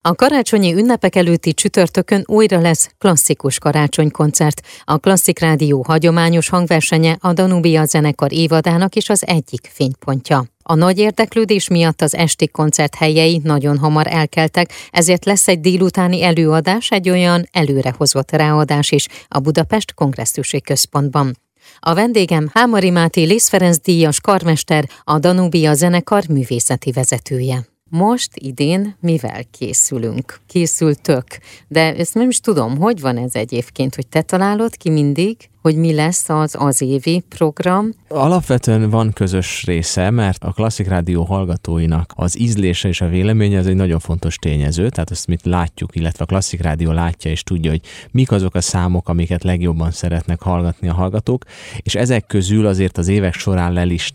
A karácsonyi ünnepek előtti csütörtökön újra lesz klasszikus karácsonykoncert. A Klasszik Rádió hagyományos hangversenye a Danubia zenekar évadának is az egyik fénypontja. A nagy érdeklődés miatt az esti koncert helyei nagyon hamar elkeltek, ezért lesz egy délutáni előadás, egy olyan előrehozott ráadás is a Budapest Kongresszusi Központban. A vendégem Hámori Máté Liszt Ferenc díjas karmester, a Danubia zenekar művészeti vezetője. Most idén mivel készültök, de ezt nem is tudom, hogy van ez egyébként, hogy te találod ki mindig, hogy mi lesz az évi program? Alapvetően van közös része, mert a Klasszik Rádió hallgatóinak az ízlése és a véleménye az egy nagyon fontos tényező, tehát azt mit látjuk, illetve a Klasszik Rádió látja és tudja, hogy mik azok a számok, amiket legjobban szeretnek hallgatni a hallgatók, és ezek közül azért az évek során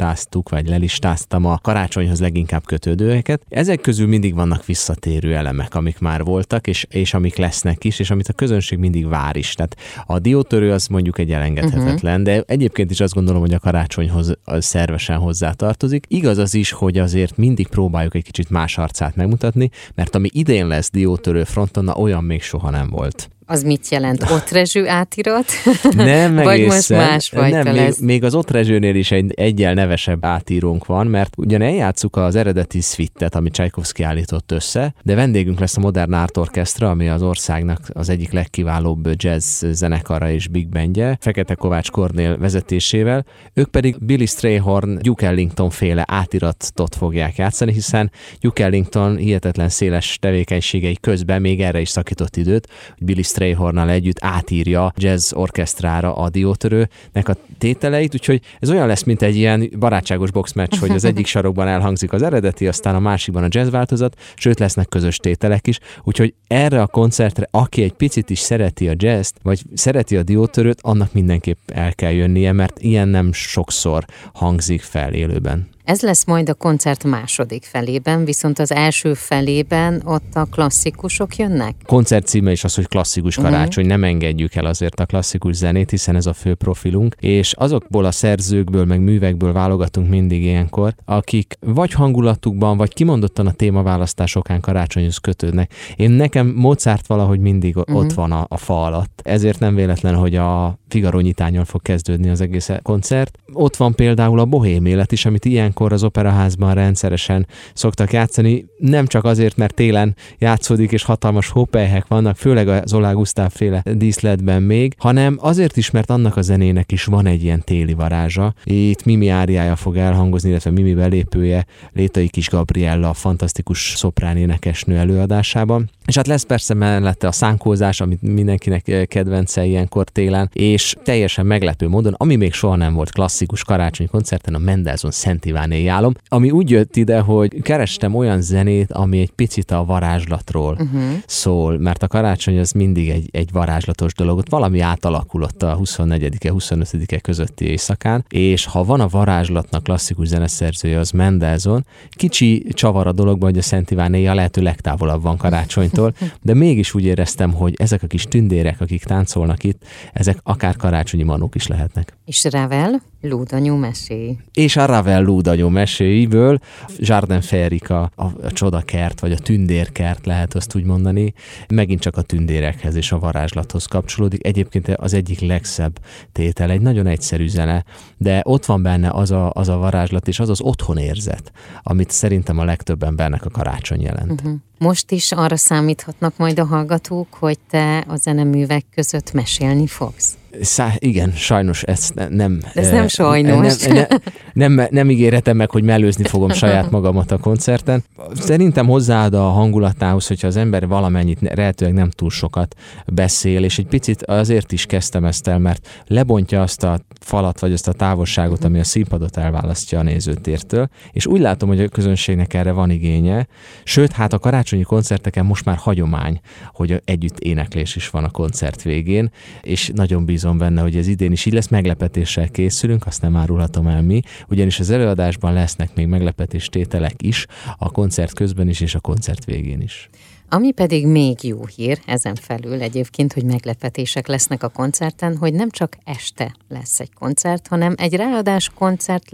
lelistáztam a karácsonyhoz leginkább kötődőeket. Ezek közül mindig vannak visszatérő elemek, amik már voltak, és amik lesznek is, és amit a közönség mindig vár is. Tehát a diótörő az mondjuk egy elengedhetetlen, de egyébként is azt gondolom, hogy a karácsonyhoz szervesen hozzátartozik. Igaz az is, hogy azért mindig próbáljuk egy kicsit más arcát megmutatni, mert ami idén lesz diótörő fronton, olyan még soha nem volt. Az mit jelent? Otrezső átirat? Nem vagy egészen. Most másfajta nem, lesz? Még az Otrezsőnél is egyel nevesebb átírónk van, mert ugyan eljátszuk az eredeti szvittet, amit Csajkovszky állított össze, de vendégünk lesz a Modern Art Orchestra, ami az országnak az egyik legkiválóbb jazz zenekara és big bandje, Fekete Kovács Kornél vezetésével. Ők pedig Billy Strayhorn, Duke Ellington féle átiratot fogják játszani, hiszen Duke Ellington hihetetlen széles tevékenységei közben még erre is szakított időt, hogy Billy Strayhornnal együtt átírja jazz orkesztrára a diótörőnek a tételeit, úgyhogy ez olyan lesz, mint egy ilyen barátságos boxmeccs, hogy az egyik sarokban elhangzik az eredeti, aztán a másikban a jazz változat, sőt lesznek közös tételek is, úgyhogy erre a koncertre, aki egy picit is szereti a jazzt, vagy szereti a diótörőt, annak mindenképp el kell jönnie, mert ilyen nem sokszor hangzik fel élőben. Ez lesz majd a koncert második felében, viszont az első felében ott a klasszikusok jönnek? Koncert címe is az, hogy klasszikus karácsony, nem engedjük el azért a klasszikus zenét, hiszen ez a fő profilunk, és azokból a szerzőkből, meg művekből válogatunk mindig ilyenkor, akik vagy hangulatukban, vagy kimondottan a témaválasztásokán karácsonyhoz kötődnek. Nekem Mozart valahogy mindig ott van a fa alatt. Ezért nem véletlen, hogy a Figaro nyitánnyal fog kezdődni az egész koncert. Ott van például a Bohém élet is, amit ilyenkor az operaházban rendszeresen szoktak játszani, nem csak azért, mert télen játszódik és hatalmas hópelyhek vannak, főleg az Oláh Gusztáv féle díszletben még, hanem azért is, mert annak a zenének is van egy ilyen téli varázsa. Itt Mimi áriája fog elhangozni, illetve Mimi belépője, Létai Kis Gabriella, a fantasztikus szoprán énekesnő előadásában. És hát lesz persze mellette a szánkózás, amit mindenkinek kedvence ilyenkor télen, és teljesen meglepő módon, ami még soha nem volt klasszikus karácsonyi koncerten, a Mendelssohn Szent Iváné álom, ami úgy jött ide, hogy kerestem olyan zenét, ami egy picit a varázslatról szól, mert a karácsony az mindig egy varázslatos dolog, ott valami átalakulott a 24-e, 25-e közötti éjszakán, és ha van a varázslatnak klasszikus zeneszerzője, az Mendelssohn, kicsi csavar a dologban, hogy a Szent Iváné a lehető legtávolabb van karácsonytól, de mégis úgy éreztem, hogy ezek a kis tündérek, akik táncolnak itt, ezek akár karácsonyi manók is lehetnek. És Ravel, Lúdanyó meséi. És a Ravel Lúdanyó meséiből Jardin Férica, a csodakert, vagy a tündérkert lehet azt úgy mondani, megint csak a tündérekhez és a varázslathoz kapcsolódik. Egyébként az egyik legszebb tétel, egy nagyon egyszerű zene, de ott van benne az a varázslat és az az otthonérzet, amit szerintem a legtöbb embernek a karácsony jelent. Most is arra számíthatnak majd a hallgatók, hogy te a zeneművek között mesélni fogsz? Igen, sajnos ezt nem... Ez nem sajnos. Nem ígérhetem meg, hogy mellőzni fogom saját magamat a koncerten. Szerintem hozzáad a hangulatához, hogyha az ember valamennyit, lehetőleg nem túl sokat beszél, és egy picit azért is kezdtem ezt el, mert lebontja azt a falat, vagy azt a távolságot, ami a színpadot elválasztja a nézőtértől, és úgy látom, hogy a közönségnek erre van igénye, sőt, hát a karácsonyi koncerteken most már hagyomány, hogy együtt éneklés is van a koncert végén, és nagyon bízom benne, hogy ez idén is így lesz, meglepetéssel készülünk, azt nem árulhatom el mi, ugyanis az előadásban lesznek még meglepetéstételek is, a koncert közben is, és a koncert végén is. Ami pedig még jó hír, ezen felül egyébként, hogy meglepetések lesznek a koncerten, hogy nem csak este lesz egy koncert, hanem egy ráadás koncert lesz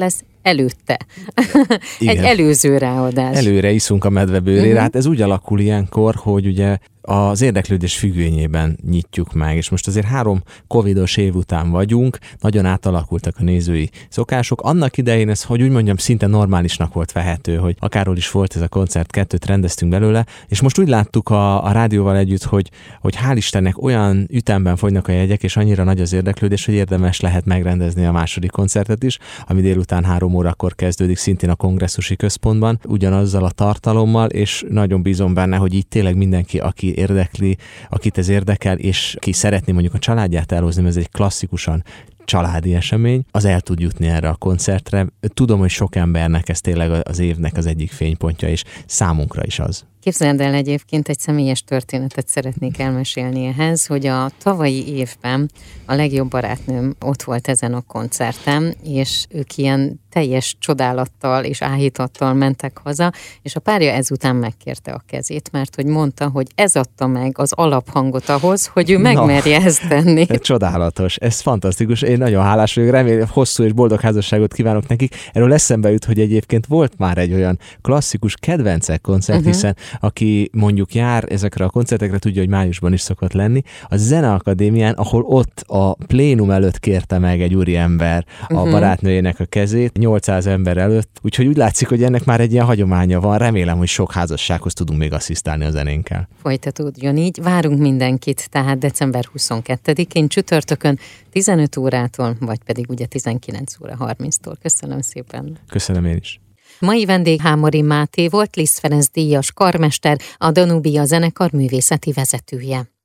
előtte. Egy előző ráadás. Előre iszunk a medvebőrére. Hát ez úgy alakul ilyenkor, hogy ugye az érdeklődés függvényében nyitjuk meg, és most azért 3 covidos év után vagyunk, nagyon átalakultak a nézői szokások. Annak idején ez, hogy úgy mondjam, szinte normálisnak volt vehető, hogy akárhol is volt ez a koncert, 2 rendeztünk belőle, és most úgy láttuk a rádióval együtt, hogy hál' Istennek olyan ütemben fogynak a jegyek, és annyira nagy az érdeklődés, hogy érdemes lehet megrendezni a második koncertet is, ami délután 3 órakor kezdődik, szintén a Kongresszusi Központban, ugyanazzal a tartalommal, és nagyon bízom benne, hogy így tényleg mindenki, aki érdekli, akit ez érdekel, és ki szeretné mondjuk a családját elhozni, mert ez egy klasszikusan családi esemény, az el tud jutni erre a koncertre. Tudom, hogy sok embernek ez tényleg az évnek az egyik fénypontja, és számunkra is az. Képzeld el, egyébként egy személyes történetet szeretnék elmesélni ehhez, hogy a tavalyi évben a legjobb barátnőm ott volt ezen a koncerten, és ők ilyen teljes csodálattal és áhítattal mentek haza, és a párja ezután megkérte a kezét, mert hogy mondta, hogy ez adta meg az alaphangot ahhoz, hogy ő megmerje ezt tenni. Csodálatos, ez fantasztikus, én nagyon hálás vagyok, remélem hosszú és boldog házasságot kívánok nekik. Erről eszembe jut, hogy egyébként volt már egy olyan klasszikus kedvencek koncert, hiszen aki mondjuk jár ezekre a koncertekre, tudja, hogy májusban is szokott lenni, a Zeneakadémián, ahol ott a plénum előtt kérte meg egy úriember a barátnőjének a kezét, 800 ember előtt, úgyhogy úgy látszik, hogy ennek már egy ilyen hagyománya van, remélem, hogy sok házassághoz tudunk még asszisztálni a zenénkkel. Folytatódjon így, várunk mindenkit, tehát december 22-én csütörtökön 15 órától, vagy pedig ugye 19 óra 30-tól. Köszönöm szépen. Köszönöm én is. Mai vendég Hámori Máté volt, Liszt Ferenc díjas karmester, a Danubia zenekar művészeti vezetője.